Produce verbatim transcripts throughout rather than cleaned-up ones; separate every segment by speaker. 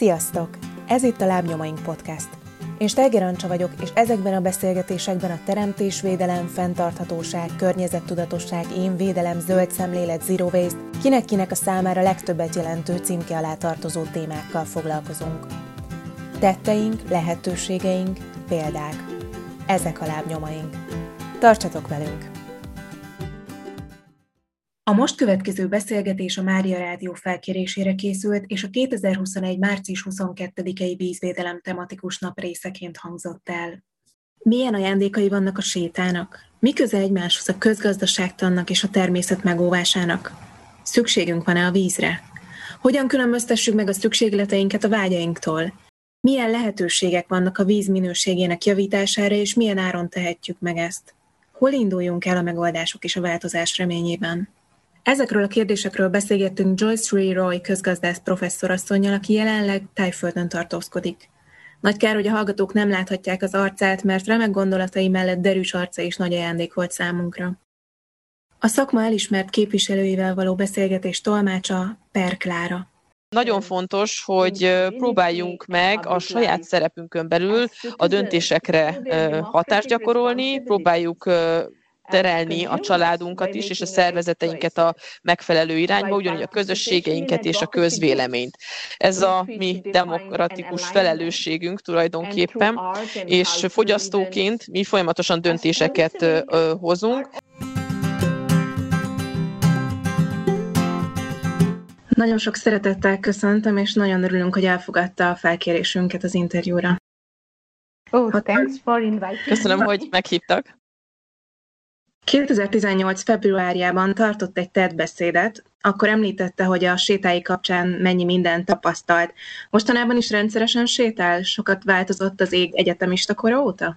Speaker 1: Sziasztok! Ez itt a Lábnyomaink Podcast. Én Steiger Ancsa vagyok, és ezekben a beszélgetésekben a teremtésvédelem, fenntarthatóság, környezettudatosság, én védelem, zöld szemlélet, zero waste, kinek-kinek a számára legtöbbet jelentő címke alá tartozó témákkal foglalkozunk. Tetteink, lehetőségeink, példák. Ezek a lábnyomaink. Tartsatok velünk! A most következő beszélgetés a Mária Rádió felkérésére készült, és a kétezer-huszonegy. március huszonkettedikei vízvédelem tematikus nap részeként hangzott el. Milyen ajándékai vannak a sétának? Mi köze egymáshoz a közgazdaságtannak és a természet megóvásának? Szükségünk van-e a vízre? Hogyan különböztessük meg a szükségleteinket a vágyainktól? Milyen lehetőségek vannak a víz minőségének javítására, és milyen áron tehetjük meg ezt? Hol induljunk el a megoldások és a változás reményében? Ezekről a kérdésekről beszélgettünk Joyce Ray Roy közgazdász professzorasszonnyal, aki jelenleg Thaiföldön tartózkodik. Nagy kár, hogy a hallgatók nem láthatják az arcát, mert remek gondolatai mellett derűs arca is nagy ajándék volt számunkra. A szakma elismert képviselőivel való beszélgetés tolmácsa Per Klára.
Speaker 2: Nagyon fontos, hogy próbáljunk meg a saját szerepünkön belül a döntésekre hatást gyakorolni, próbáljuk terelni a családunkat is, és a szervezeteinket a megfelelő irányba, ugyanúgy a közösségeinket és a közvéleményt. Ez a mi demokratikus felelősségünk tulajdonképpen, és fogyasztóként mi folyamatosan döntéseket hozunk.
Speaker 1: Nagyon sok szeretettel köszöntöm, és nagyon örülünk, hogy elfogadta a felkérésünket az interjúra.
Speaker 3: Oh, thanks for inviting.
Speaker 2: Köszönöm, hogy meghívtak.
Speaker 1: kétezer-tizennyolc. februárjában tartott egy TED beszédet, akkor említette, hogy a sétái kapcsán mennyi mindent tapasztalt. Mostanában is rendszeresen sétál? Sokat változott az ég egyetemista kora óta?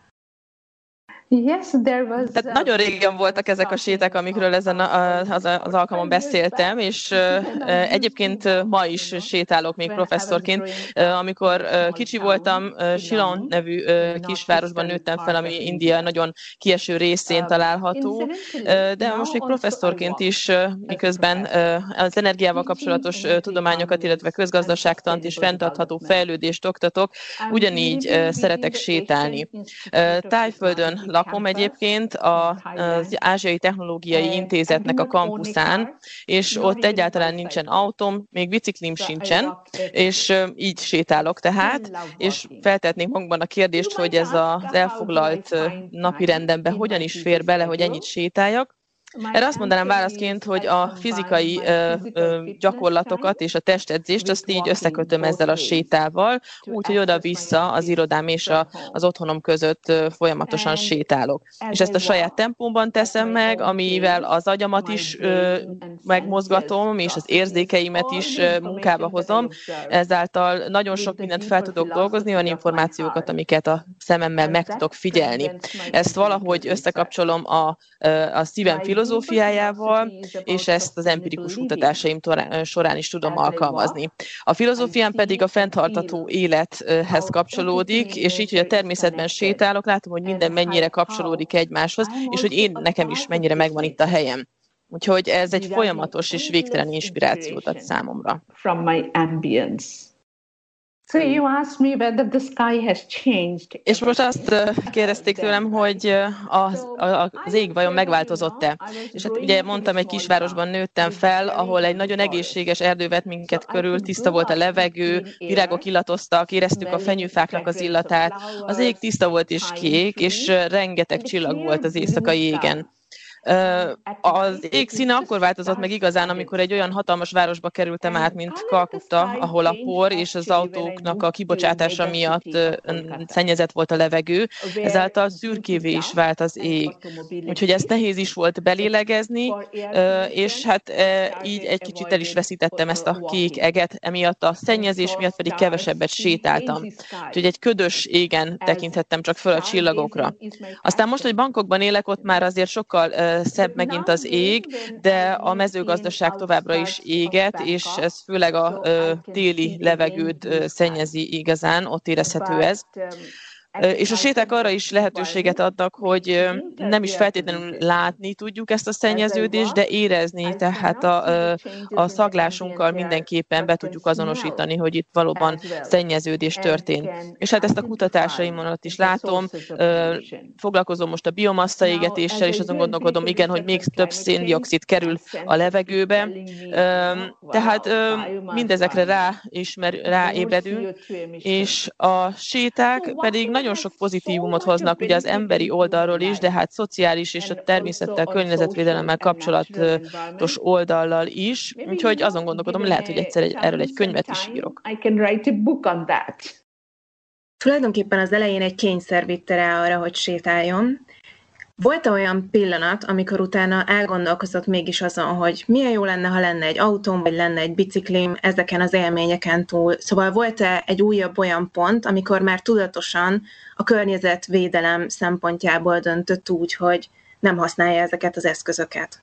Speaker 3: Yes, there was,
Speaker 2: Tehát nagyon régen voltak ezek a séták, amikről ezen az, az alkalmon beszéltem, és uh, egyébként ma is sétálok még professzorként. Uh, amikor uh, kicsi voltam, uh, Shillong nevű uh, kisvárosban nőttem fel, ami India nagyon kieső részén található, uh, de most még professzorként is, uh, miközben uh, az energiával kapcsolatos uh, tudományokat, illetve közgazdaságtant és fenntartható fejlődést oktatok, ugyanígy uh, szeretek sétálni. Uh, Thaiföldön lakom egyébként az Ázsiai Technológiai Intézetnek a kampuszán, és ott egyáltalán nincsen autóm, még biciklim sincsen, és így sétálok tehát, és feltetnék magunkban a kérdést, hogy ez az elfoglalt napirendembe hogyan is fér bele, hogy ennyit sétáljak. Erre azt mondanám válaszként, hogy a fizikai ö, ö, gyakorlatokat és a testedzést azt így összekötöm ezzel a sétával, úgyhogy oda-vissza az irodám és a, az otthonom között ö, folyamatosan sétálok. És ezt a saját tempómban teszem meg, amivel az agyamat is ö, megmozgatom, és az érzékeimet is ö, munkába hozom. Ezáltal nagyon sok mindent fel tudok dolgozni, olyan információkat, amiket a szememmel meg tudok figyelni. Ezt valahogy összekapcsolom a, a szívem filozófiájával, és ezt az empirikus kutatásaim során is tudom alkalmazni. A filozófiám pedig a fenntartható élethez kapcsolódik, és így, hogy a természetben sétálok, látom, hogy minden mennyire kapcsolódik egymáshoz, és hogy én nekem is mennyire megvan itt a helyem. Úgyhogy ez egy folyamatos és végtelen inspirációt ad számomra.
Speaker 3: From my ambience. So you asked me whether the sky has changed.
Speaker 2: És most azt kérdezték tőlem, hogy az, az ég vajon megváltozott-e. És hát ugye mondtam, egy kisvárosban nőttem fel, ahol egy nagyon egészséges erdő vett minket körül, tiszta volt a levegő, virágok illatoztak, éreztük a fenyőfáknak az illatát. Az ég tiszta volt és kék, és rengeteg csillag volt az éjszakai égen. Az ég színe akkor változott meg igazán, amikor egy olyan hatalmas városba kerültem át, mint Kalkutta, ahol a por és az autóknak a kibocsátása miatt szennyezett volt a levegő, ezáltal szürkévé is vált az ég. Úgyhogy ezt nehéz is volt belélegezni, és hát így egy kicsit el is veszítettem ezt a kék eget, emiatt a szennyezés miatt pedig kevesebbet sétáltam. Úgyhogy egy ködös égen tekinthettem csak föl a csillagokra. Aztán most, hogy Bangkokban élek, ott már azért sokkal szebb megint az ég, de a mezőgazdaság továbbra is éget, és ez főleg a ö, téli levegőt ö, szennyezi igazán, ott érezhető ez. És a séták arra is lehetőséget adnak, hogy nem is feltétlenül látni tudjuk ezt a szennyeződést, de érezni, tehát a, a szaglásunkkal mindenképpen be tudjuk azonosítani, hogy itt valóban szennyeződés történt. És hát ezt a kutatásaim alatt is látom, foglalkozom most a biomassa égetéssel, és azon gondolkodom, igen, hogy még több széndioxid kerül a levegőbe. Tehát mindezekre ráismer, ráébredünk, és a séták pedig nagyon sok pozitívumot hoznak ugye az emberi oldalról is, de hát szociális és a természettel, környezetvédelemmel kapcsolatos oldallal is. Úgyhogy azon gondolkodom, lehet, hogy egyszer egy, erről egy könyvet is írok.
Speaker 1: Tulajdonképpen az elején egy kényszer vitte rá arra, hogy sétáljon. Volt olyan pillanat, amikor utána elgondolkozott mégis azon, hogy milyen jó lenne, ha lenne egy autóm, vagy lenne egy biciklim ezeken az élményeken túl. Szóval volt-e egy újabb olyan pont, amikor már tudatosan a környezetvédelem szempontjából döntött úgy, hogy nem használja ezeket az eszközöket?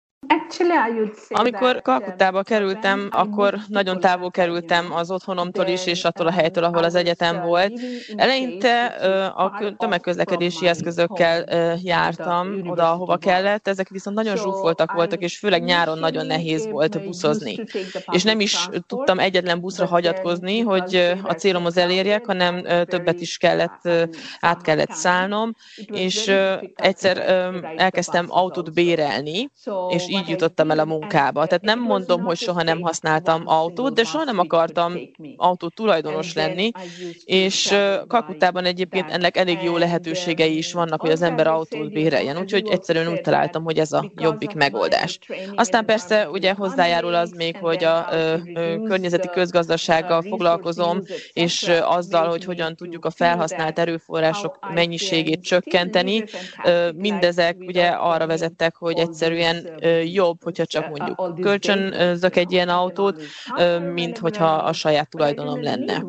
Speaker 2: Amikor Kalkuttába kerültem, akkor nagyon távol kerültem az otthonomtól is, és attól a helytől, ahol az egyetem volt. Eleinte a tömegközlekedési eszközökkel jártam oda, ahova kellett, ezek viszont nagyon zsúfoltak voltak, és főleg nyáron nagyon nehéz volt buszozni. És nem is tudtam egyetlen buszra hagyatkozni, hogy a célomhoz elérjek, hanem többet is kellett, át kellett szállnom, és egyszer elkezdtem autót bérelni, és így jutottam el a munkába. Tehát nem mondom, hogy soha nem használtam autót, de soha nem akartam autó tulajdonos lenni, és Kalkuttában egyébként ennek elég jó lehetőségei is vannak, hogy az ember autót béreljen, úgyhogy egyszerűen úgy találtam, hogy ez a jobbik megoldás. Aztán persze ugye hozzájárul az még, hogy a ö, ö, környezeti közgazdasággal foglalkozom, és ö, azzal, hogy hogyan tudjuk a felhasznált erőforrások mennyiségét csökkenteni. Ö, mindezek ugye arra vezettek, hogy egyszerűen ö, jobb, hogyha csak mondjuk kölcsönzök egy ilyen autót, mint hogyha a saját tulajdonom lenne.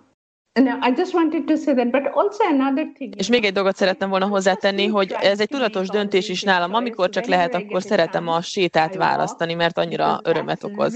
Speaker 2: És még egy dolgot szerettem volna hozzátenni, hogy ez egy tudatos döntés is nálam. Amikor csak lehet, akkor szeretem a sétát választani, mert annyira örömet okoz.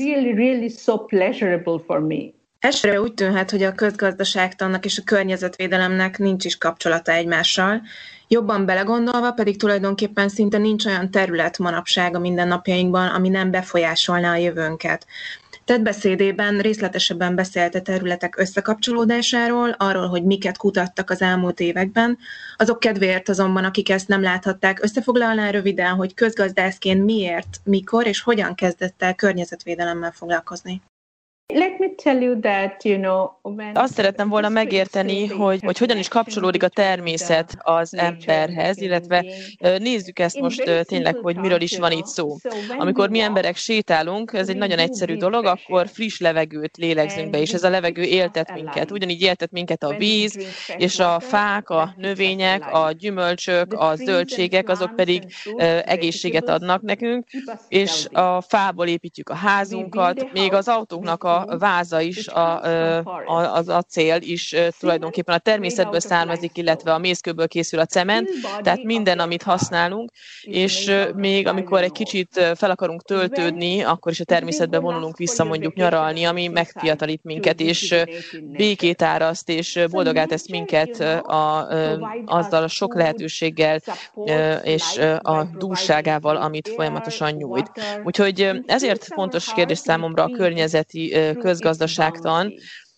Speaker 1: Elsőre úgy tűnhet, hogy a közgazdaságtannak és a környezetvédelemnek nincs is kapcsolata egymással. Jobban belegondolva pedig tulajdonképpen szinte nincs olyan terület manapság a mindennapjainkban, ami nem befolyásolná a jövőnket. Tett beszédében részletesebben beszélt a területek összekapcsolódásáról, arról, hogy miket kutattak az elmúlt években. Azok kedvéért azonban, akik ezt nem láthatták, összefoglalná röviden, hogy közgazdászként miért, mikor és hogyan kezdett el környezetvédelemmel foglalkozni.
Speaker 3: Let me tell you that, you know, when
Speaker 2: Azt szerettem volna megérteni, hogy, hogy hogyan is kapcsolódik a természet az emberhez, illetve nézzük ezt most tényleg, hogy miről is van itt szó. Amikor mi emberek sétálunk, ez egy nagyon egyszerű dolog, akkor friss levegőt lélegzünk be, és ez a levegő éltet minket. Ugyanígy éltet minket a víz, és a fák, a növények, a gyümölcsök, a zöldségek, azok pedig egészséget adnak nekünk, és a fából építjük a házunkat, még az autónknak a a váza is, a, a, az acél is tulajdonképpen a természetből származik, illetve a mészkőből készül a cement, tehát minden, amit használunk, és még amikor egy kicsit fel akarunk töltődni, akkor is a természetbe vonulunk vissza mondjuk nyaralni, ami megfiatalít minket, és békét áraszt, és boldogát tesz minket a, azzal a sok lehetőséggel és a dússágával, amit folyamatosan nyújt. Úgyhogy ezért fontos kérdés számomra a környezeti közgazdaságtan,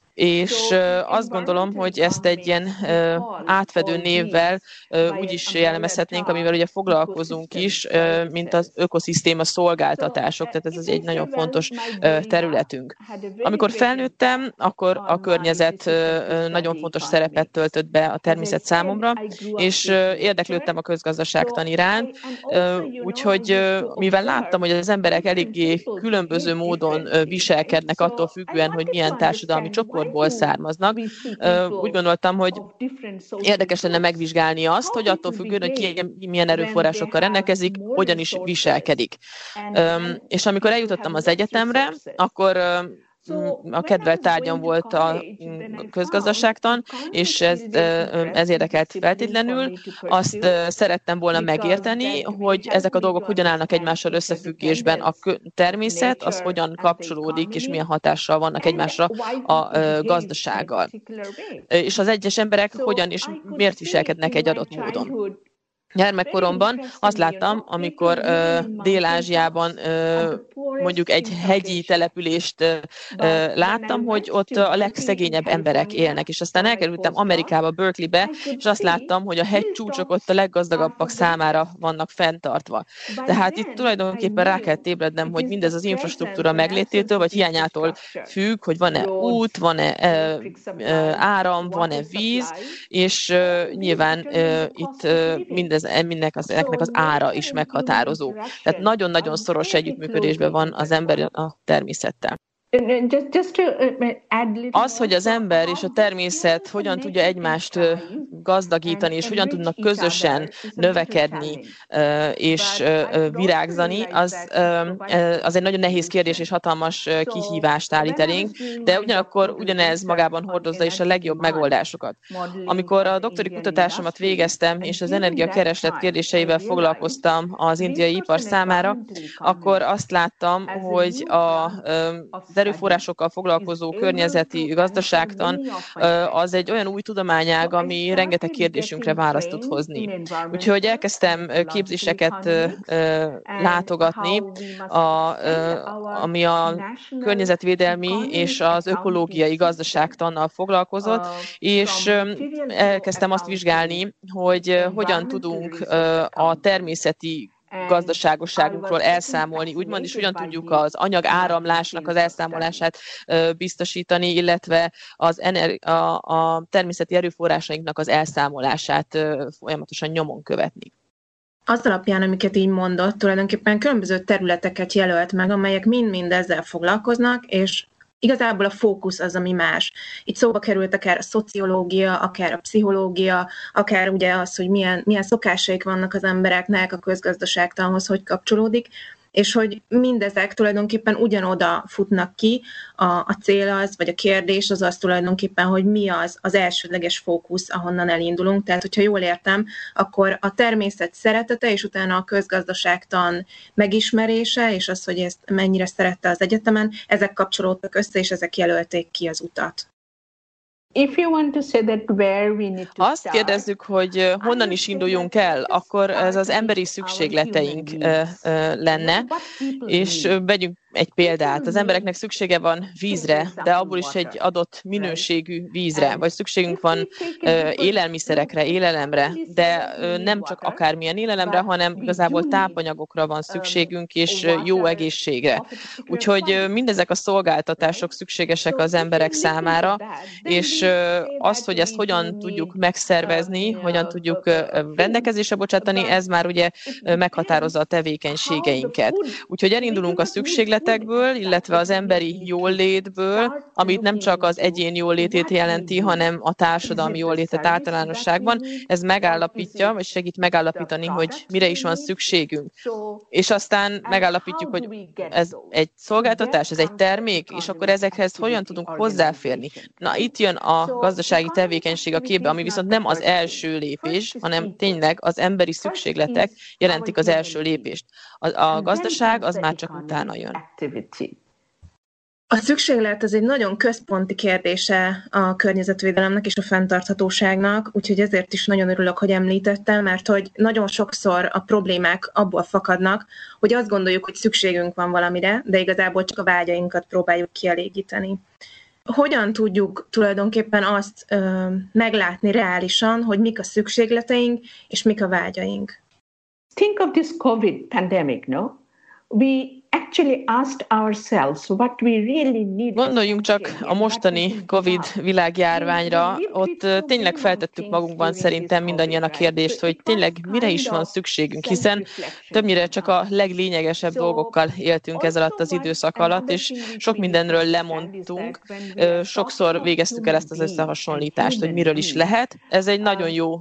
Speaker 2: és azt gondolom, hogy ezt egy ilyen átfedő névvel úgy is jellemezhetnénk, amivel ugye foglalkozunk is, mint az ökoszisztéma szolgáltatások, tehát ez egy nagyon fontos területünk. Amikor felnőttem, akkor a környezet nagyon fontos szerepet töltött be a természet számomra, és érdeklődtem a közgazdaságtan iránt, úgyhogy mivel láttam, hogy az emberek eléggé különböző módon viselkednek attól függően, hogy milyen társadalmi csoport származnak. Úgy gondoltam, hogy érdekes lenne megvizsgálni azt, hogy attól függően, hogy ki milyen erőforrásokkal rendelkezik, hogyan is viselkedik. És amikor eljutottam az egyetemre, akkor a kedvelt tárgyam volt a közgazdaságtan, és ez, ez érdekelt feltétlenül. Azt szerettem volna megérteni, hogy ezek a dolgok hogyan állnak egymással összefüggésben, a természet, az hogyan kapcsolódik, és milyen hatással vannak egymásra a gazdasággal. És az egyes emberek hogyan és miért viselkednek egy adott módon. Gyermekkoromban azt láttam, amikor uh, Dél-Ázsiában uh, mondjuk egy hegyi települést uh, láttam, hogy ott a legszegényebb emberek élnek, és aztán elkerültem Amerikába, Berkeleybe, és azt láttam, hogy a hegycsúcsok ott a leggazdagabbak számára vannak fenntartva. Tehát itt tulajdonképpen rá kell ébrednem, hogy mindez az infrastruktúra meglététől, vagy hiányától függ, hogy van-e út, van-e uh, uh, áram, van-e víz, és uh, nyilván uh, itt uh, mindez Ennek az, ennek az ára is meghatározó. Tehát nagyon-nagyon szoros együttműködésben van az ember a természettel. Az, hogy az ember és a természet hogyan tudja egymást gazdagítani, és hogyan tudnak közösen növekedni és virágzani, az, az egy nagyon nehéz kérdés és hatalmas kihívást állít elénk, de ugyanakkor ugyanez magában hordozza is a legjobb megoldásokat. Amikor a doktori kutatásomat végeztem, és az energiakereslet kérdéseivel foglalkoztam az indiai ipar számára, akkor azt láttam, hogy a erőforrásokkal foglalkozó környezeti gazdaságtan az egy olyan új tudományág, ami rengeteg kérdésünkre választ tud hozni. Úgyhogy elkezdtem képzéseket látogatni, a, ami a környezetvédelmi és az ökológiai gazdaságtannal foglalkozott, és elkezdtem azt vizsgálni, hogy hogyan tudunk a természeti gazdaságosságunkról elszámolni, úgymond, és hogyan tudjuk az anyag áramlásnak az elszámolását biztosítani, illetve az ener- a, a természeti erőforrásainknak az elszámolását folyamatosan nyomon követni.
Speaker 1: Az alapján, amiket így mondott, tulajdonképpen különböző területeket jelölt meg, amelyek mind-mind ezzel foglalkoznak, és igazából a fókusz az, ami más. Itt szóba került akár a szociológia, akár a pszichológia, akár ugye az, hogy milyen, milyen szokásaik vannak az embereknek, a közgazdaságtanhoz hogy kapcsolódik, és hogy mindezek tulajdonképpen ugyanoda futnak ki, a, a cél az, vagy a kérdés az az tulajdonképpen, hogy mi az az elsődleges fókusz, ahonnan elindulunk. Tehát, hogyha jól értem, akkor a természet szeretete, és utána a közgazdaságtan megismerése, és az, hogy ezt mennyire szerette az egyetemen, ezek kapcsolódtak össze, és ezek jelölték ki az utat.
Speaker 2: Ha azt kérdezzük, hogy honnan is induljunk el, akkor ez az emberi szükségleteink lenne, és vegyünk egy példát. Az embereknek szüksége van vízre, de abból is egy adott minőségű vízre, vagy szükségünk van élelmiszerekre, élelemre, de nem csak akármilyen élelemre, hanem igazából tápanyagokra van szükségünk, és jó egészségre. Úgyhogy mindezek a szolgáltatások szükségesek az emberek számára, és azt, hogy ezt hogyan tudjuk megszervezni, hogyan tudjuk rendelkezésre bocsátani, ez már ugye meghatározza a tevékenységeinket. Úgyhogy elindulunk a szükségletekből, illetve az emberi jólétből, amit nem csak az egyén jólétét jelenti, hanem a társadalmi jólétet általánosságban. Ez megállapítja, vagy segít megállapítani, hogy mire is van szükségünk. És aztán megállapítjuk, hogy ez egy szolgáltatás, ez egy termék, és akkor ezekhez hogyan tudunk hozzáférni. Na, itt jön a gazdasági tevékenység a képbe, ami viszont nem az első lépés, hanem tényleg az emberi szükségletek jelentik az első lépést. A, a gazdaság az már csak utána jön.
Speaker 1: A szükséglet az egy nagyon központi kérdése a környezetvédelemnek és a fenntarthatóságnak, úgyhogy ezért is nagyon örülök, hogy említettem, mert hogy nagyon sokszor a problémák abból fakadnak, hogy azt gondoljuk, hogy szükségünk van valamire, de igazából csak a vágyainkat próbáljuk kielégíteni. Hogyan tudjuk tulajdonképpen azt ö, meglátni reálisan, hogy mik a szükségleteink és mik a vágyaink?
Speaker 3: Think of this COVID pandemic, no? We actually asked ourselves what we really need.
Speaker 2: Gondoljunk csak a mostani Covid világjárványra, ott tényleg feltettük magunkban szerintem mindannyian a kérdést, hogy tényleg mire is van szükségünk, hiszen többnyire csak a leglényegesebb dolgokkal éltünk ez alatt az időszak alatt, és sok mindenről lemondtunk, sokszor végeztük el ezt az összehasonlítást, hogy miről is lehet. Ez egy nagyon jó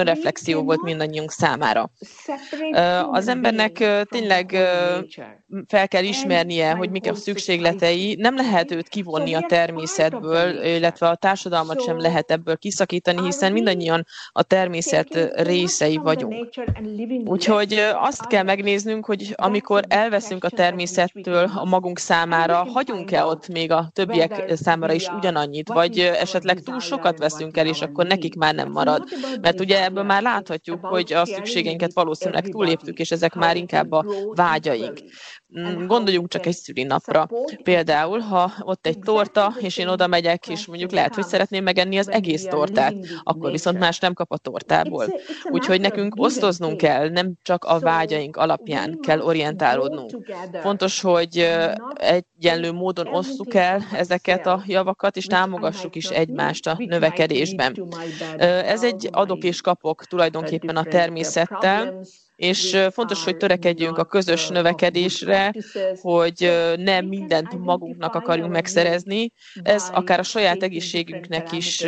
Speaker 2: önreflexió volt mindannyiunk számára. Az embernek tényleg fel kell ismernie, hogy mik a szükségletei, nem lehet őt kivonni a természetből, illetve a társadalmat sem lehet ebből kiszakítani, hiszen mindannyian a természet részei vagyunk. Úgyhogy azt kell megnéznünk, hogy amikor elveszünk a természettől a magunk számára, hagyunk-e ott még a többiek számára is ugyanannyit, vagy esetleg túl sokat veszünk el, és akkor nekik már nem marad. Mert ugye ebből már láthatjuk, hogy a szükségeinket valószínűleg túléptük, és ezek már inkább a vágyaink. Gondoljunk csak egy szülinapra. Például, ha ott egy torta, és én oda megyek, és mondjuk lehet, hogy szeretném megenni az egész tortát, akkor viszont más nem kap a tortából. Úgyhogy nekünk osztoznunk kell, nem csak a vágyaink alapján kell orientálódnunk. Fontos, hogy egyenlő módon osszuk el ezeket a javakat, és támogassuk is egymást a növekedésben. Ez egy adok és kapok tulajdonképpen a természettel, és fontos, hogy törekedjünk a közös növekedésre, hogy nem mindent magunknak akarjunk megszerezni. Ez akár a saját egészségünknek is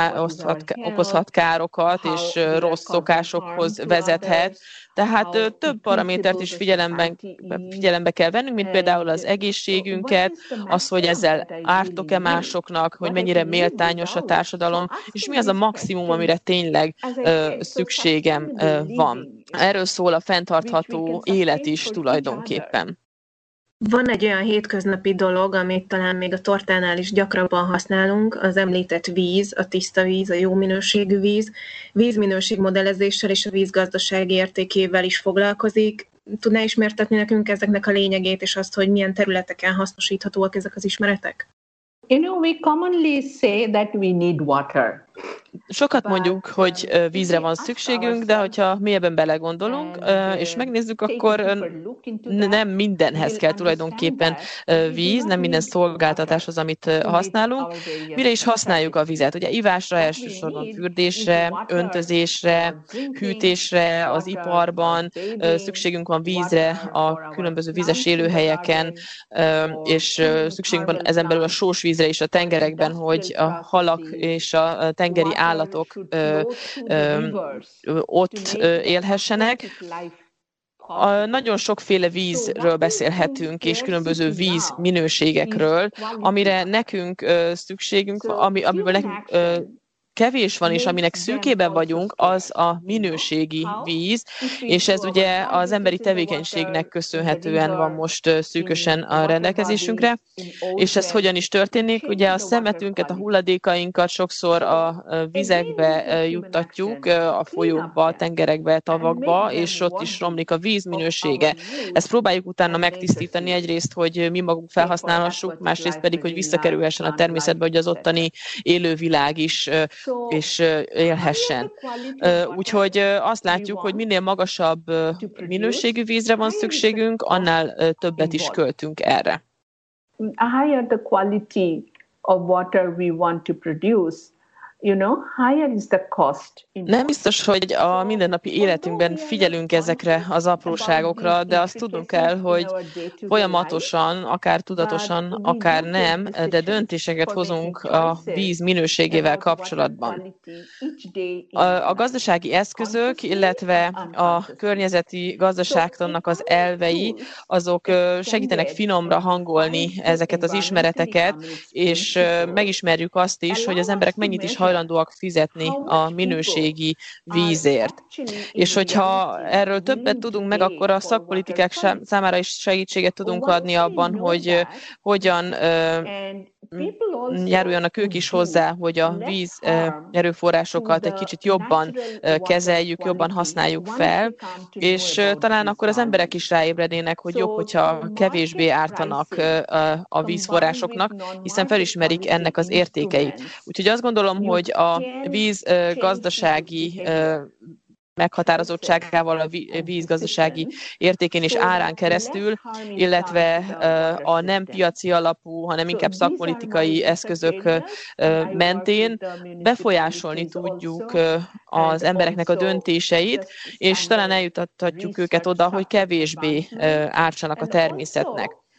Speaker 2: okozhat károkat, és rossz szokásokhoz vezethet. Tehát több paramétert is figyelemben, figyelembe kell vennünk, mint például az egészségünket, az, hogy ezzel ártok-e másoknak, hogy mennyire méltányos a társadalom, és mi az a maximum, amire tényleg ö, szükségem ö, van. Erről szól a fenntartható élet is tulajdonképpen.
Speaker 1: Van egy olyan hétköznapi dolog, amit talán még a tortánál is gyakrabban használunk, az említett víz, a tiszta víz, a jó minőségű víz. Vízminőség modellezéssel és a vízgazdasági értékével is foglalkozik. Tudná ismertetni nekünk ezeknek a lényegét, és azt, hogy milyen területeken hasznosíthatóak ezek az ismeretek?
Speaker 3: You know, we commonly say that we need water.
Speaker 2: Sokat mondjuk, hogy vízre van szükségünk, de hogyha mélyebben belegondolunk, és megnézzük, akkor nem mindenhez kell tulajdonképpen víz, nem minden szolgáltatáshoz, amit használunk. Mire is használjuk a vizet? Ugye ivásra, elsősorban fürdésre, öntözésre, hűtésre, az iparban, szükségünk van vízre a különböző vizes élőhelyeken, és szükségünk van ezen belül a sós vízre is a tengerekben, hogy a halak és a tengeri állatok ö, ö, ott ö, élhessenek. A, nagyon sokféle vízről beszélhetünk, és különböző víz minőségekről, amire nekünk ö, szükségünk, ami, amiből nekünk ö, kevés van, és aminek szűkében vagyunk, az a minőségi víz, és ez ugye az emberi tevékenységnek köszönhetően van most szűkösen a rendelkezésünkre, és ez hogyan is történik? Ugye a szemetünket, a hulladékainkat sokszor a vizekbe juttatjuk, a folyókba, a tengerekbe, tavakba, és ott is romlik a víz minősége. Ezt próbáljuk utána megtisztítani egyrészt, hogy mi magunk felhasználhassuk, másrészt pedig, hogy visszakerülhessen a természetbe, hogy az ottani élővilág is és élhessen. Úgyhogy azt látjuk, hogy minél magasabb minőségű vízre van szükségünk, annál többet is költünk erre.
Speaker 3: Higher the quality of water we want to produce, you know, higher is the cost.
Speaker 2: Nem biztos, hogy a mindennapi életünkben figyelünk ezekre az apróságokra, de azt tudnunk kell, hogy folyamatosan, akár tudatosan, akár nem, de döntéseket hozunk a víz minőségével kapcsolatban. A, a gazdasági eszközök, illetve a környezeti gazdaságtannak az elvei, azok segítenek finomra hangolni ezeket az ismereteket, és megismerjük azt is, hogy az emberek mennyit is hajlandóak fizetni a minőségi vízért. És hogyha erről többet tudunk meg, akkor a szakpolitikák számára is segítséget tudunk adni abban, hogy hogyan járuljanak ők is hozzá, hogy a víz erőforrásokat egy kicsit jobban kezeljük, jobban használjuk fel, és talán akkor az emberek is ráébrednének, hogy jobb, hogyha kevésbé ártanak a vízforrásoknak, hiszen felismerik ennek az értékeit. Úgyhogy azt gondolom, hogy a víz gazdasági meghatározottságával, a vízgazdasági értékén és árán keresztül, illetve a nem piaci alapú, hanem inkább szakpolitikai eszközök mentén befolyásolni tudjuk az embereknek a döntéseit, és talán eljutathatjuk őket oda, hogy kevésbé ártsanak a természetnek.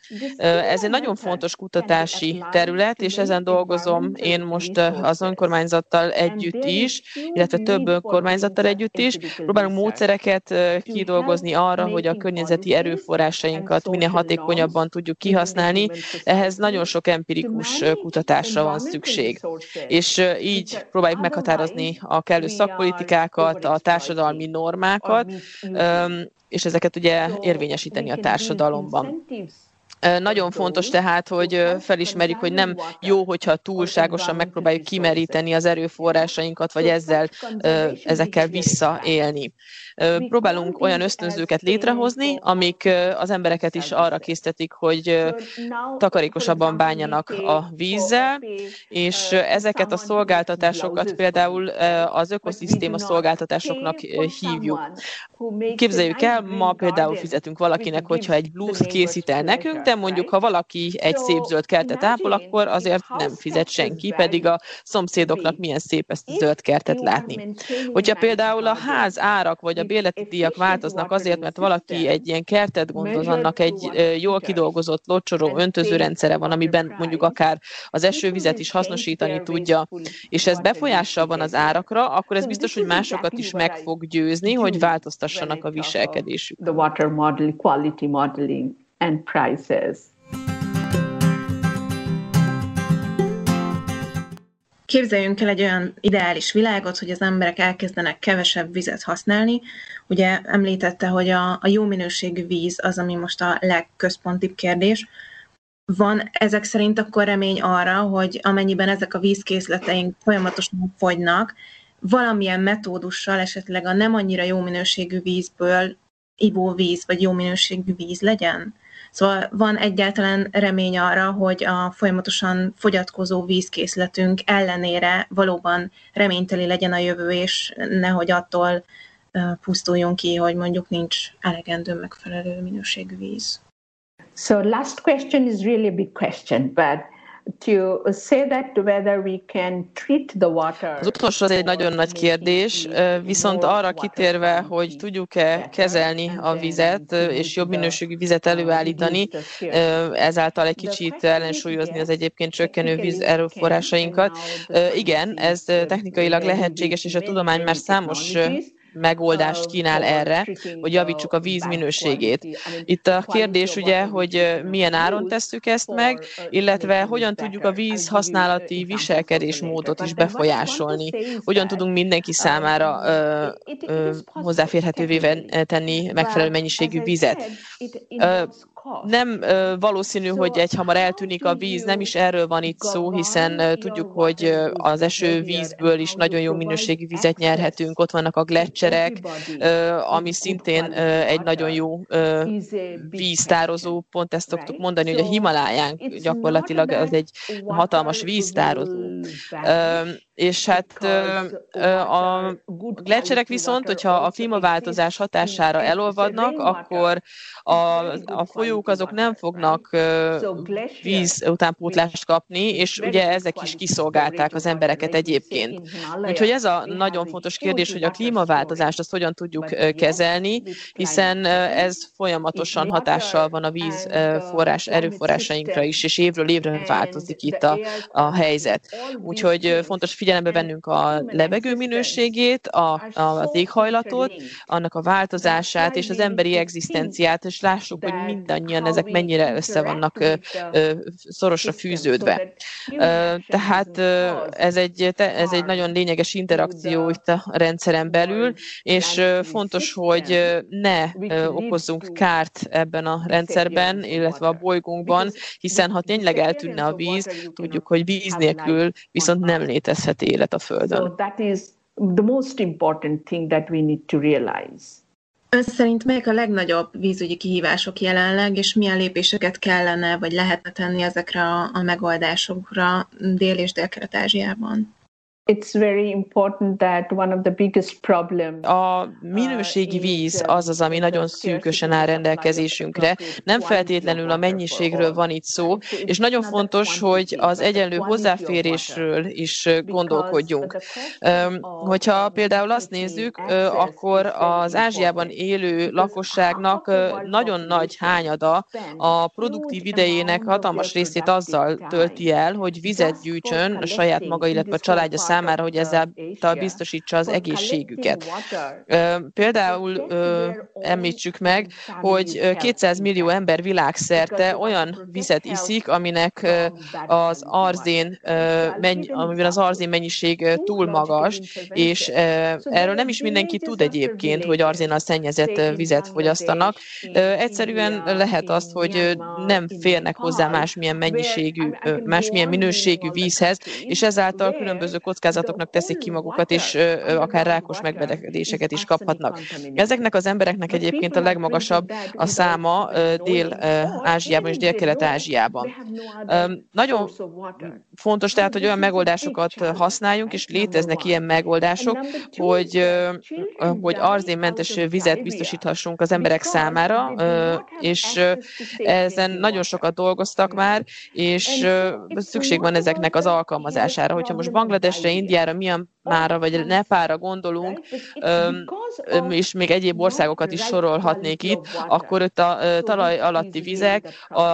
Speaker 2: Ez egy nagyon fontos kutatási terület, és ezen dolgozom én most az önkormányzattal együtt is, illetve több önkormányzattal együtt is. Próbálunk módszereket kidolgozni arra, hogy a környezeti erőforrásainkat minél hatékonyabban tudjuk kihasználni. Ehhez nagyon sok empirikus kutatásra van szükség. És így próbáljuk meghatározni a kellő szakpolitikákat, a társadalmi normákat, és ezeket ugye érvényesíteni a társadalomban. Nagyon fontos tehát, hogy felismerjük, hogy nem jó, hogyha túlságosan megpróbáljuk kimeríteni az erőforrásainkat, vagy ezzel, ezekkel visszaélni. Próbálunk olyan ösztönzőket létrehozni, amik az embereket is arra késztetik, hogy takarékosabban bánjanak a vízzel, és ezeket a szolgáltatásokat például az ökoszisztéma szolgáltatásoknak hívjuk. Képzeljük el, ma például fizetünk valakinek, hogyha egy blúzt készít el nekünk, de mondjuk, ha valaki egy szép zöld kertet ápol, akkor azért nem fizet senki, pedig a szomszédoknak milyen szép ezt a zöld kertet látni. Hogyha például a ház árak vagy a bérleti díjak változnak azért, mert valaki egy ilyen kertet gondoz, annak egy jól kidolgozott locsoló öntözőrendszere van, amiben mondjuk akár az esővizet is hasznosítani tudja, és ez befolyással van az árakra, akkor ez biztos, hogy másokat is meg fog győzni, hogy változtassanak a viselkedésük.
Speaker 3: The water model, quality modeling and prices.
Speaker 1: Képzeljünk el egy olyan ideális világot, hogy az emberek elkezdenek kevesebb vizet használni. Ugye említette, hogy a, a jó minőségű víz az, ami most a legközpontibb kérdés. Van ezek szerint akkor remény arra, hogy amennyiben ezek a vízkészleteink folyamatosan fogynak, valamilyen metódussal esetleg a nem annyira jó minőségű vízből ivóvíz vagy jó minőségű víz legyen? Szóval van egyáltalán remény arra, hogy a folyamatosan fogyatkozó vízkészletünk ellenére valóban reményteli legyen a jövő, és nehogy attól pusztuljunk ki, hogy mondjuk nincs elegendő megfelelő minőségű víz.
Speaker 3: So last question is really a big question, but to say that whether we can treat the water.
Speaker 2: Az utolsó az egy nagyon nagy kérdés, viszont arra kitérve, hogy tudjuk-e kezelni a vizet, és jobb minőségű vizet előállítani, ezáltal egy kicsit ellensúlyozni az egyébként csökkenő víz erőforrásainkat. Igen, ez technikailag lehetséges, és a tudomány már számos megoldást kínál erre, hogy javítsuk a víz minőségét. Itt a kérdés ugye, hogy milyen áron tesszük ezt meg, illetve hogyan tudjuk a víz használati viselkedésmódot is befolyásolni. Hogyan tudunk mindenki számára ö, ö, hozzáférhetővé tenni megfelelő mennyiségű vizet. Ö, Nem ö, valószínű, hogy egyhamar eltűnik a víz, nem is erről van itt szó, hiszen ö, tudjuk, hogy ö, az esővízből is nagyon jó minőségű vizet nyerhetünk, ott vannak a gleccserek, ö, ami szintén ö, egy nagyon jó ö, víztározó, pont ezt szoktuk mondani, hogy a Himaláján gyakorlatilag az egy hatalmas víztározó. Ö, és hát ö, a gleccserek viszont, hogyha a klímaváltozás hatására elolvadnak, akkor a, a folyók azok nem fognak uh, víz utánpótlást kapni, és ugye ezek is kiszolgálták az embereket egyébként. Úgyhogy ez a nagyon fontos kérdés, hogy a klímaváltozást azt hogyan tudjuk uh, kezelni, hiszen uh, ez folyamatosan hatással van a víz uh, forrás, erőforrásainkra is, és évről évre változik itt a, a helyzet. Úgyhogy uh, fontos figyelembe vennünk a levegő minőségét, a, a, az éghajlatot, annak a változását és az emberi egzisztenciát, és lássuk, hogy mindannyian ezek mennyire össze vannak ö, ö, szorosra fűződve. Ö, tehát ö, ez, egy, ez egy nagyon lényeges interakció itt a rendszeren belül, és ö, fontos, hogy ne ö, okozzunk kárt ebben a rendszerben, illetve a bolygónkban, hiszen ha tényleg eltűnne a víz, tudjuk, hogy víz nélkül viszont nem létezhet élet a Földön.
Speaker 3: So that is the most important thing that we need to realize.
Speaker 1: Ön szerint melyek a legnagyobb vízügyi kihívások jelenleg, és milyen lépéseket kellene, vagy lehetne tenni ezekre a, a megoldásokra Dél- és Dél-Kelet-Ázsiában?
Speaker 3: It's very important that one of the biggest problem
Speaker 2: A minőségi víz az az, ami nagyon szűkösen áll rendelkezésünkre. Nem feltétlenül a mennyiségről van itt szó, és nagyon fontos, hogy az egyenlő hozzáférésről is gondolkodjunk. Hogyha például azt nézzük, akkor az Ázsiában élő lakosságnak nagyon nagy hányada a produktív idejének hatalmas részét azzal tölti el, hogy vizet gyűjtsön a saját maga, illetve a családja számára, hogy ezáltal biztosítsa az egészségüket. Például említsük meg, hogy kétszáz millió ember világszerte olyan vizet iszik, aminek az arzén, amiben az arzén mennyiség túl magas, és erről nem is mindenki tud egyébként, hogy arzénnal szennyezett vizet fogyasztanak. Egyszerűen lehet azt, hogy nem férnek hozzá másmilyen mennyiségű, másmilyen minőségű vízhez, és ezáltal különböző kockázatoknak teszik ki magukat, és akár rákos megbetegedéseket is kaphatnak. Ezeknek az embereknek egyébként a legmagasabb a száma Dél-Ázsiában és Dél-Kelet-Ázsiában. Nagyon fontos tehát, hogy olyan megoldásokat használjunk, és léteznek ilyen megoldások, hogy, hogy arzénmentes vizet biztosíthassunk az emberek számára, és ezen nagyon sokat dolgoztak már, és szükség van ezeknek az alkalmazására. Hogyha most Bangladesre, Indiára, Myanmarra vagy Nepálra gondolunk, és még egyéb országokat is sorolhatnék itt, akkor ott a talaj alatti vizek,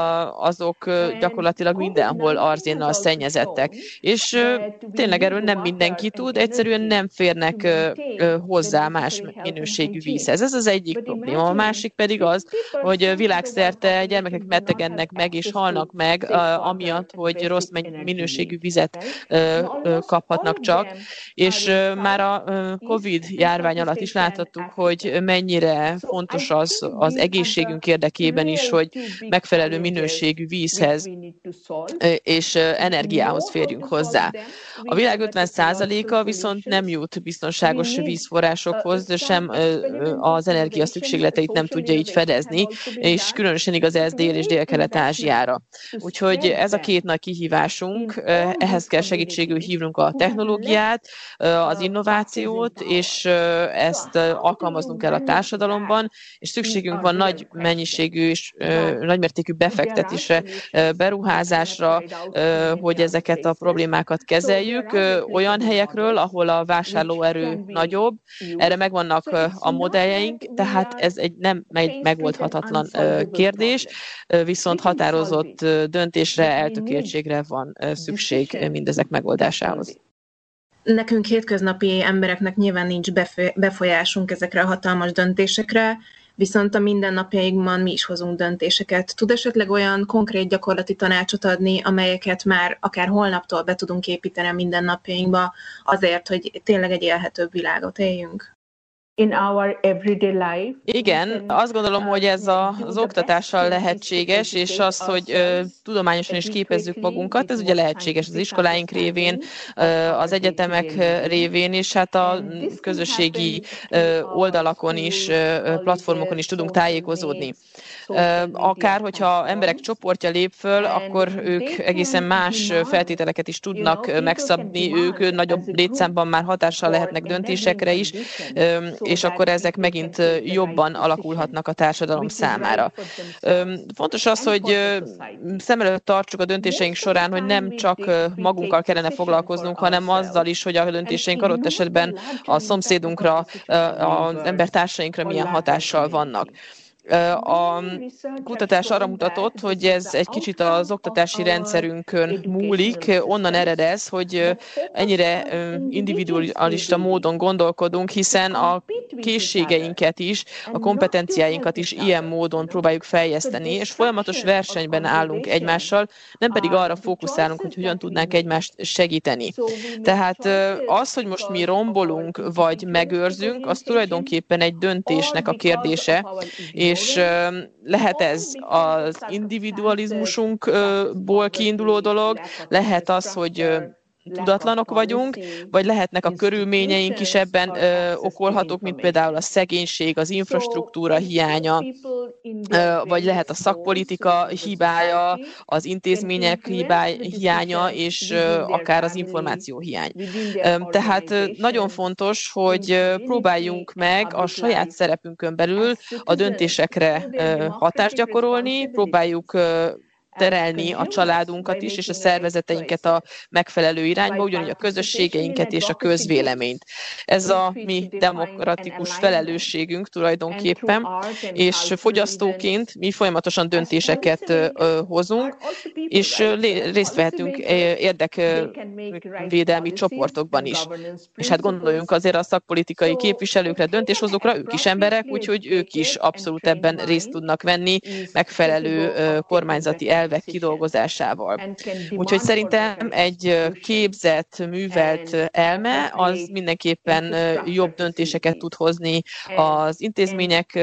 Speaker 2: azok gyakorlatilag mindenhol arzénnal szennyezettek. És tényleg erről nem mindenki tud, egyszerűen nem férnek hozzá más minőségű vízhez. Ez az egyik probléma. A másik pedig az, hogy világszerte gyermekek betegednek meg és halnak meg, amiatt, hogy rossz minőségű vizet kaphatnak csak. És már a Covid járvány alatt is láthattuk, hogy mennyire fontos az az egészségünk érdekében is, hogy megfelelő minőségű vízhez és energiához férjünk hozzá. A világ ötven százaléka viszont nem jut biztonságos vízforrásokhoz, sem az energia szükségleteit nem tudja így fedezni, és különösen igaz ez Dél- és Dél-Kelet-Ázsiára. Úgyhogy ez a két nagy kihívásunk, ehhez kell segítségül hívnunk a technológiát, az innovációt, és ezt alkalmaznunk kell a társadalomban, és szükségünk van nagy mennyiségű és nagymértékű befektetésre, beruházásra, hogy ezeket a problémákat kezeljük olyan helyekről, ahol a vásárlóerő nagyobb. Erre megvannak a modelljeink, tehát ez egy nem egy megoldhatatlan kérdés, viszont határozott döntésre, eltökéltségre van szükség mindezek megoldásához.
Speaker 1: Nekünk hétköznapi embereknek nyilván nincs befolyásunk ezekre a hatalmas döntésekre, viszont a mindennapjainkban mi is hozunk döntéseket. Tud esetleg olyan konkrét gyakorlati tanácsot adni, amelyeket már akár holnaptól be tudunk építeni a mindennapjainkba azért, hogy tényleg egy élhetőbb világot éljünk?
Speaker 3: In our everyday life.
Speaker 2: Igen, azt gondolom, hogy ez a, az oktatással lehetséges, és az, hogy ö, tudományosan is képezzük magunkat, ez ugye lehetséges az iskoláink révén, ö, az egyetemek révén, és hát a közösségi ö, oldalakon is, ö, platformokon is tudunk tájékozódni. Akár, hogyha emberek csoportja lép föl, akkor ők egészen más feltételeket is tudnak megszabni, ők nagyobb létszámban már hatással lehetnek döntésekre is, és akkor ezek megint jobban alakulhatnak a társadalom számára. Fontos az, hogy szem előtt tartsuk a döntéseink során, hogy nem csak magunkkal kellene foglalkoznunk, hanem azzal is, hogy a döntéseink adott esetben a szomszédunkra, az embertársainkra milyen hatással vannak. A kutatás arra mutatott, hogy ez egy kicsit az oktatási rendszerünkön múlik, onnan ered ez, hogy ennyire individualista módon gondolkodunk, hiszen a készségeinket is, a kompetenciáinkat is ilyen módon próbáljuk fejleszteni, és folyamatos versenyben állunk egymással, nem pedig arra fókuszálunk, hogy hogyan tudnánk egymást segíteni. Tehát az, hogy most mi rombolunk vagy megőrzünk, az tulajdonképpen egy döntésnek a kérdése, és és lehet ez az individualizmusunkból kiinduló dolog, lehet az, hogy tudatlanok vagyunk, vagy lehetnek a körülményeink is ebben ö, okolhatók, mint például a szegénység, az infrastruktúra hiánya, ö, vagy lehet a szakpolitika hibája, az intézmények hibája, hiánya, és ö, akár az információ hiány. Ö, tehát ö, nagyon fontos, hogy ö, próbáljunk meg a saját szerepünkön belül a döntésekre ö, hatást gyakorolni, próbáljuk ö, terelni a családunkat is, és a szervezeteinket a megfelelő irányba, ugyanúgy a közösségeinket és a közvéleményt. Ez a mi demokratikus felelősségünk tulajdonképpen, és fogyasztóként mi folyamatosan döntéseket hozunk, és részt vehetünk érdekvédelmi csoportokban is. És hát gondoljunk azért a szakpolitikai képviselőkre, döntéshozókra, ők is emberek, úgyhogy ők is abszolút ebben részt tudnak venni megfelelő kormányzati elvek kidolgozásával. Úgyhogy szerintem egy képzett, művelt elme az mindenképpen jobb döntéseket tud hozni az intézmények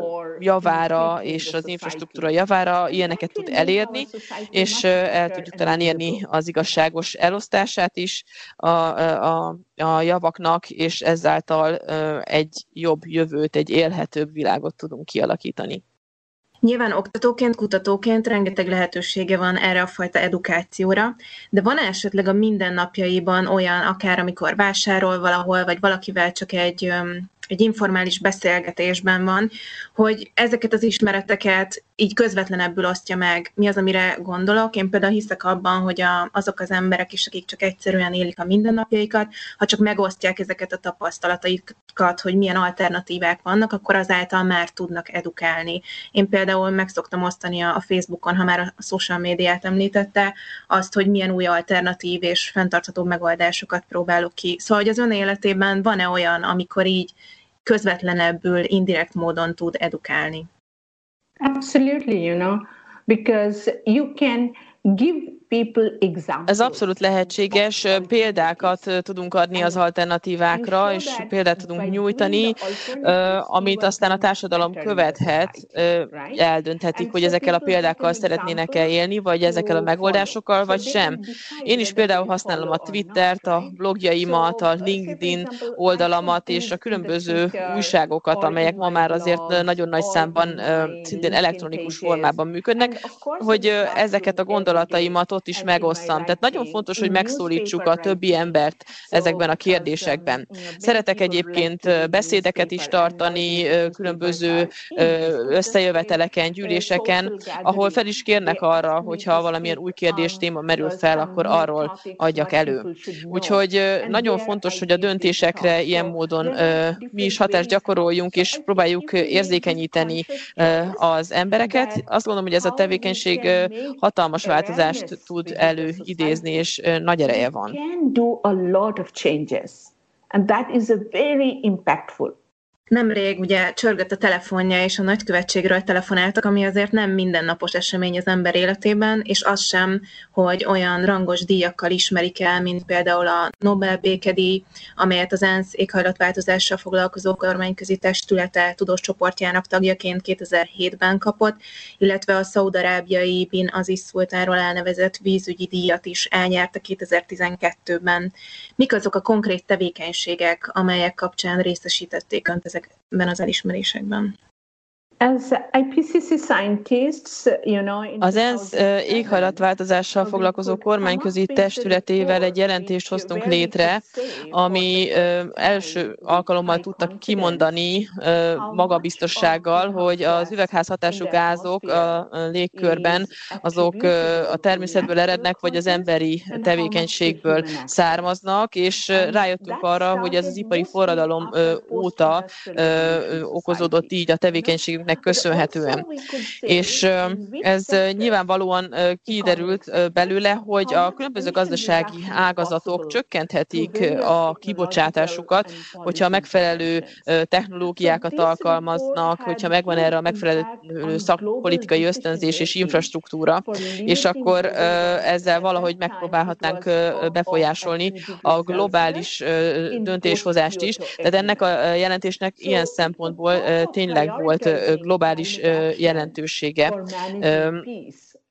Speaker 2: javára és az infrastruktúra javára, ilyeneket tud elérni, és el tudjuk talán érni az igazságos elosztását is a, a, a javaknak, és ezáltal egy jobb jövőt, egy élhetőbb világot tudunk kialakítani.
Speaker 1: Nyilván oktatóként, kutatóként rengeteg lehetősége van erre a fajta edukációra, de van esetleg a mindennapjaiban olyan, akár amikor vásárol valahol, vagy valakivel csak egy, egy informális beszélgetésben van, hogy ezeket az ismereteket így közvetlenebbül osztja meg. Mi az, amire gondolok? Én például hiszek abban, hogy a, azok az emberek is, akik csak egyszerűen élik a mindennapjaikat, ha csak megosztják ezeket a tapasztalataikat, hogy milyen alternatívák vannak, akkor azáltal már tudnak edukálni. Én például meg szoktam osztani a Facebookon, ha már a social médiát említette, azt, hogy milyen új alternatív és fenntartható megoldásokat próbálok ki. Szóval, hogy az ön életében van-e olyan, amikor így közvetlenebbül, indirekt módon tud edukálni?
Speaker 3: Absolutely, you know, because you can give people examples.
Speaker 2: Ez abszolút lehetséges, példákat tudunk adni az alternatívákra, és példát tudunk nyújtani, amit aztán a társadalom követhet, eldönthetik, hogy ezekkel a példákkal szeretnének-e élni, vagy ezekkel a megoldásokkal, vagy sem. Én is például használom a Twittert, a blogjaimat, a LinkedIn oldalamat, és a különböző újságokat, amelyek ma már azért nagyon nagy számban szintén elektronikus formában működnek, hogy ezeket a gondolataimat ott is megosztam. Tehát nagyon fontos, hogy megszólítsuk a többi embert ezekben a kérdésekben. Szeretek egyébként beszédeket is tartani, különböző összejöveteleken, gyűléseken, ahol fel is kérnek arra, hogyha valamilyen új kérdés téma merül fel, akkor arról adjak elő. Úgyhogy nagyon fontos, hogy a döntésekre ilyen módon mi is hatást gyakoroljunk, és próbáljuk érzékenyíteni az embereket. Azt gondolom, hogy ez a tevékenység hatalmas változást tud előidézni, és nagy ereje van.
Speaker 3: Can do a lot of changes, and that is a very impactful.
Speaker 1: Nemrég ugye csörgött a telefonja, és a nagykövetségről telefonáltak, ami azért nem mindennapos esemény az ember életében, és az sem, hogy olyan rangos díjakkal ismerik el, mint például a Nobel békedíj, amelyet az ENSZ éghajlatváltozással foglalkozó kormányközi testülete tudós csoportjának tagjaként kétezer-hétben kapott, illetve a szaúd-arábiai Bin Aziz szultánról elnevezett vízügyi díjat is elnyerte kétezer-tizenkettőben. Mik azok a konkrét tevékenységek, amelyek kapcsán részesítették önt ezekben az elismerésekben?
Speaker 2: Az ENSZ éghajlatváltozással foglalkozó kormányközi testületével egy jelentést hoztunk létre, ami első alkalommal tudtak kimondani magabiztossággal, hogy az üvegházhatású gázok a légkörben azok a természetből erednek, vagy az emberi tevékenységből származnak, és rájöttünk arra, hogy ez az ipari forradalom óta okozódott így a tevékenységünknek köszönhetően. És ez nyilvánvalóan kiderült belőle, hogy a különböző gazdasági ágazatok csökkenthetik a kibocsátásukat, hogyha megfelelő technológiákat alkalmaznak, hogyha megvan erre a megfelelő szakpolitikai ösztönzés és infrastruktúra, és akkor ezzel valahogy megpróbálhatnánk befolyásolni a globális döntéshozást is. Tehát ennek a jelentésnek ilyen szempontból tényleg volt globális jelentősége.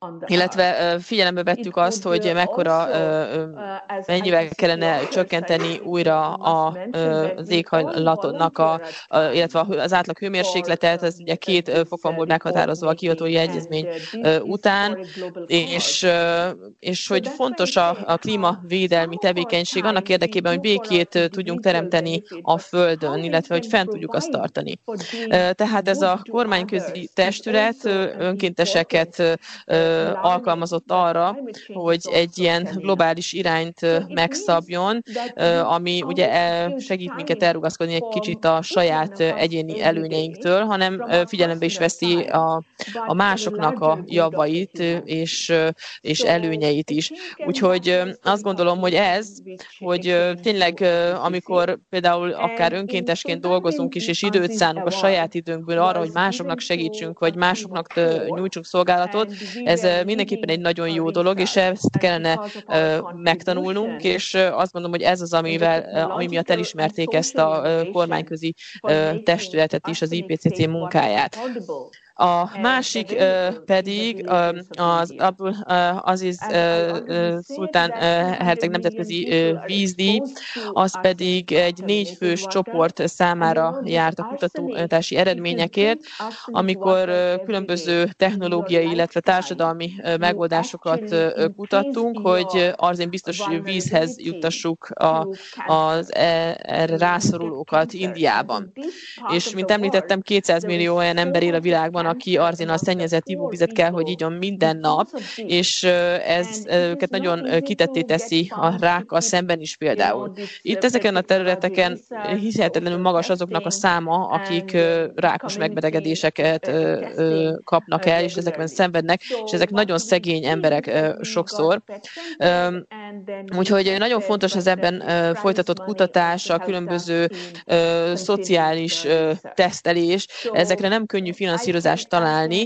Speaker 2: illetve figyelembe vettük azt, hogy mekkora, mennyivel kellene csökkenteni újra a, az éghajlatnak, a, illetve az átlag hőmérsékletet, ez ugye két fokon volt meghatározva a Kiotói Egyezmény után, és, és hogy fontos a, a klímavédelmi tevékenység annak érdekében, hogy békét tudjunk teremteni a Földön, illetve hogy fent tudjuk azt tartani. Tehát ez a kormányközi testület önkénteseket alkalmazott arra, hogy egy ilyen globális irányt megszabjon, ami ugye segít minket elrugaszkodni egy kicsit a saját egyéni előnyeinktől, hanem figyelembe is veszi a, a másoknak a javait és, és előnyeit is. Úgyhogy azt gondolom, hogy ez, hogy tényleg amikor például akár önkéntesként dolgozunk is, és időt szánunk a saját időnkből arra, hogy másoknak segítsünk, vagy másoknak nyújtsunk szolgálatot, ez mindenképpen egy nagyon jó dolog, és ezt kellene megtanulnunk, és azt mondom, hogy ez az, amivel, ami miatt elismerték ezt a kormányközi testületet is, az I P C C munkáját. A másik uh, pedig uh, az Abdul uh, Aziz uh, Szultán uh, herceg nemzetközi uh, vízdíj, az pedig egy négyfős csoport számára járt a kutatási eredményekért, amikor uh, különböző technológiai, illetve társadalmi uh, megoldásokat uh, kutattunk, hogy arzén biztos vízhez juttassuk a, az erre rászorulókat Indiában. És mint említettem, kétszáz millió olyan ember él a világban, aki arzénnal szennyezett ivóvizet kell, hogy igyon minden nap, és ez őket nagyon kitetté teszi a rákkal szemben is például. Itt ezeken a területeken hihetetlenül magas azoknak a száma, akik rákos megbetegedéseket kapnak el, és ezekben szenvednek, és ezek nagyon szegény emberek sokszor. Úgyhogy nagyon fontos az ebben folytatott kutatás, a különböző szociális tesztelés, ezekre nem könnyű finanszírozást találni,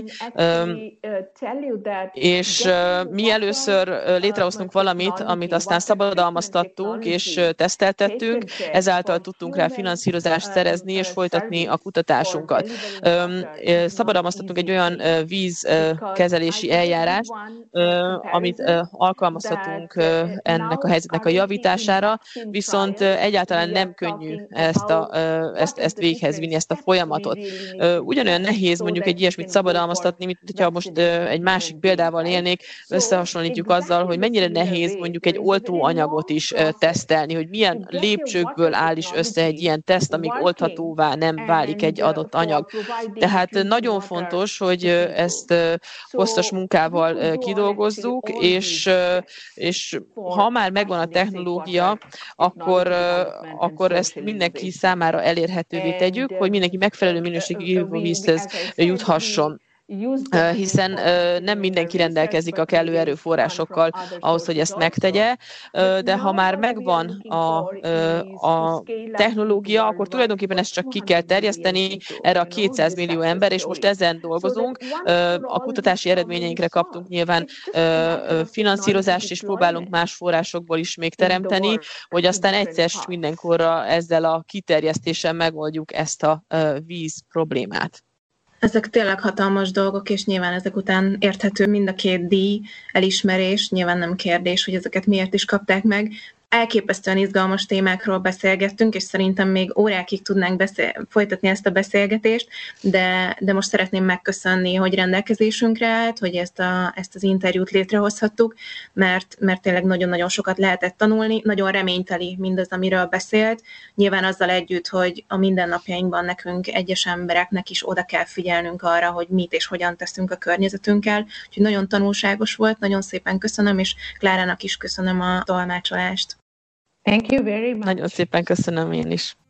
Speaker 2: és mi először létrehoztunk valamit, amit aztán szabadalmaztattunk és teszteltettünk, ezáltal tudtunk rá finanszírozást szerezni és folytatni a kutatásunkat. Szabadalmaztattunk egy olyan vízkezelési eljárást, amit alkalmazhatunk ennek a helyzetnek a javítására, viszont egyáltalán nem könnyű ezt, a, ezt, ezt véghez vinni, ezt a folyamatot. Ugyanolyan nehéz mondjuk egy ilyesmit szabadalmaztatni, mint hogyha most egy másik példával élnék, összehasonlítjuk azzal, hogy mennyire nehéz mondjuk egy oltóanyagot is tesztelni, hogy milyen lépcsőkből áll is össze egy ilyen teszt, amíg oldhatóvá nem válik egy adott anyag. Tehát nagyon fontos, hogy ezt hosszas munkával kidolgozzuk, és, és ha már megvan a technológia, akkor, akkor ezt mindenki számára elérhetővé tegyük, hogy mindenki megfelelő minőségű ivóvízhez juthasson. Hiszen nem mindenki rendelkezik a kellő erőforrásokkal ahhoz, hogy ezt megtegye, de ha már megvan a, a technológia, akkor tulajdonképpen ezt csak ki kell terjeszteni erre a kétszáz millió ember, és most ezen dolgozunk. A kutatási eredményeinkre kaptunk nyilván finanszírozást, és próbálunk más forrásokból is még teremteni, hogy aztán egyszer mindenkorra ezzel a kiterjesztéssel megoldjuk ezt a víz problémát.
Speaker 1: Ezek tényleg hatalmas dolgok, és nyilván ezek után érthető mind a két díj, elismerés, nyilván nem kérdés, hogy ezeket miért is kapták meg. Elképesztően izgalmas témákról beszélgettünk, és szerintem még órákig tudnánk beszél- folytatni ezt a beszélgetést, de, de most szeretném megköszönni, hogy rendelkezésünkre állt, hogy ezt, a, ezt az interjút létrehozhattuk, mert, mert tényleg nagyon-nagyon sokat lehetett tanulni, nagyon reményteli mindaz, amiről beszélt. Nyilván azzal együtt, hogy a mindennapjainkban nekünk, egyes embereknek is oda kell figyelnünk arra, hogy mit és hogyan teszünk a környezetünkkel. Úgyhogy nagyon tanulságos volt, nagyon szépen köszönöm, és Klárának is köszönöm a tolmácsolást.
Speaker 3: Thank you very much.
Speaker 2: Nagyon szépen köszönöm én is.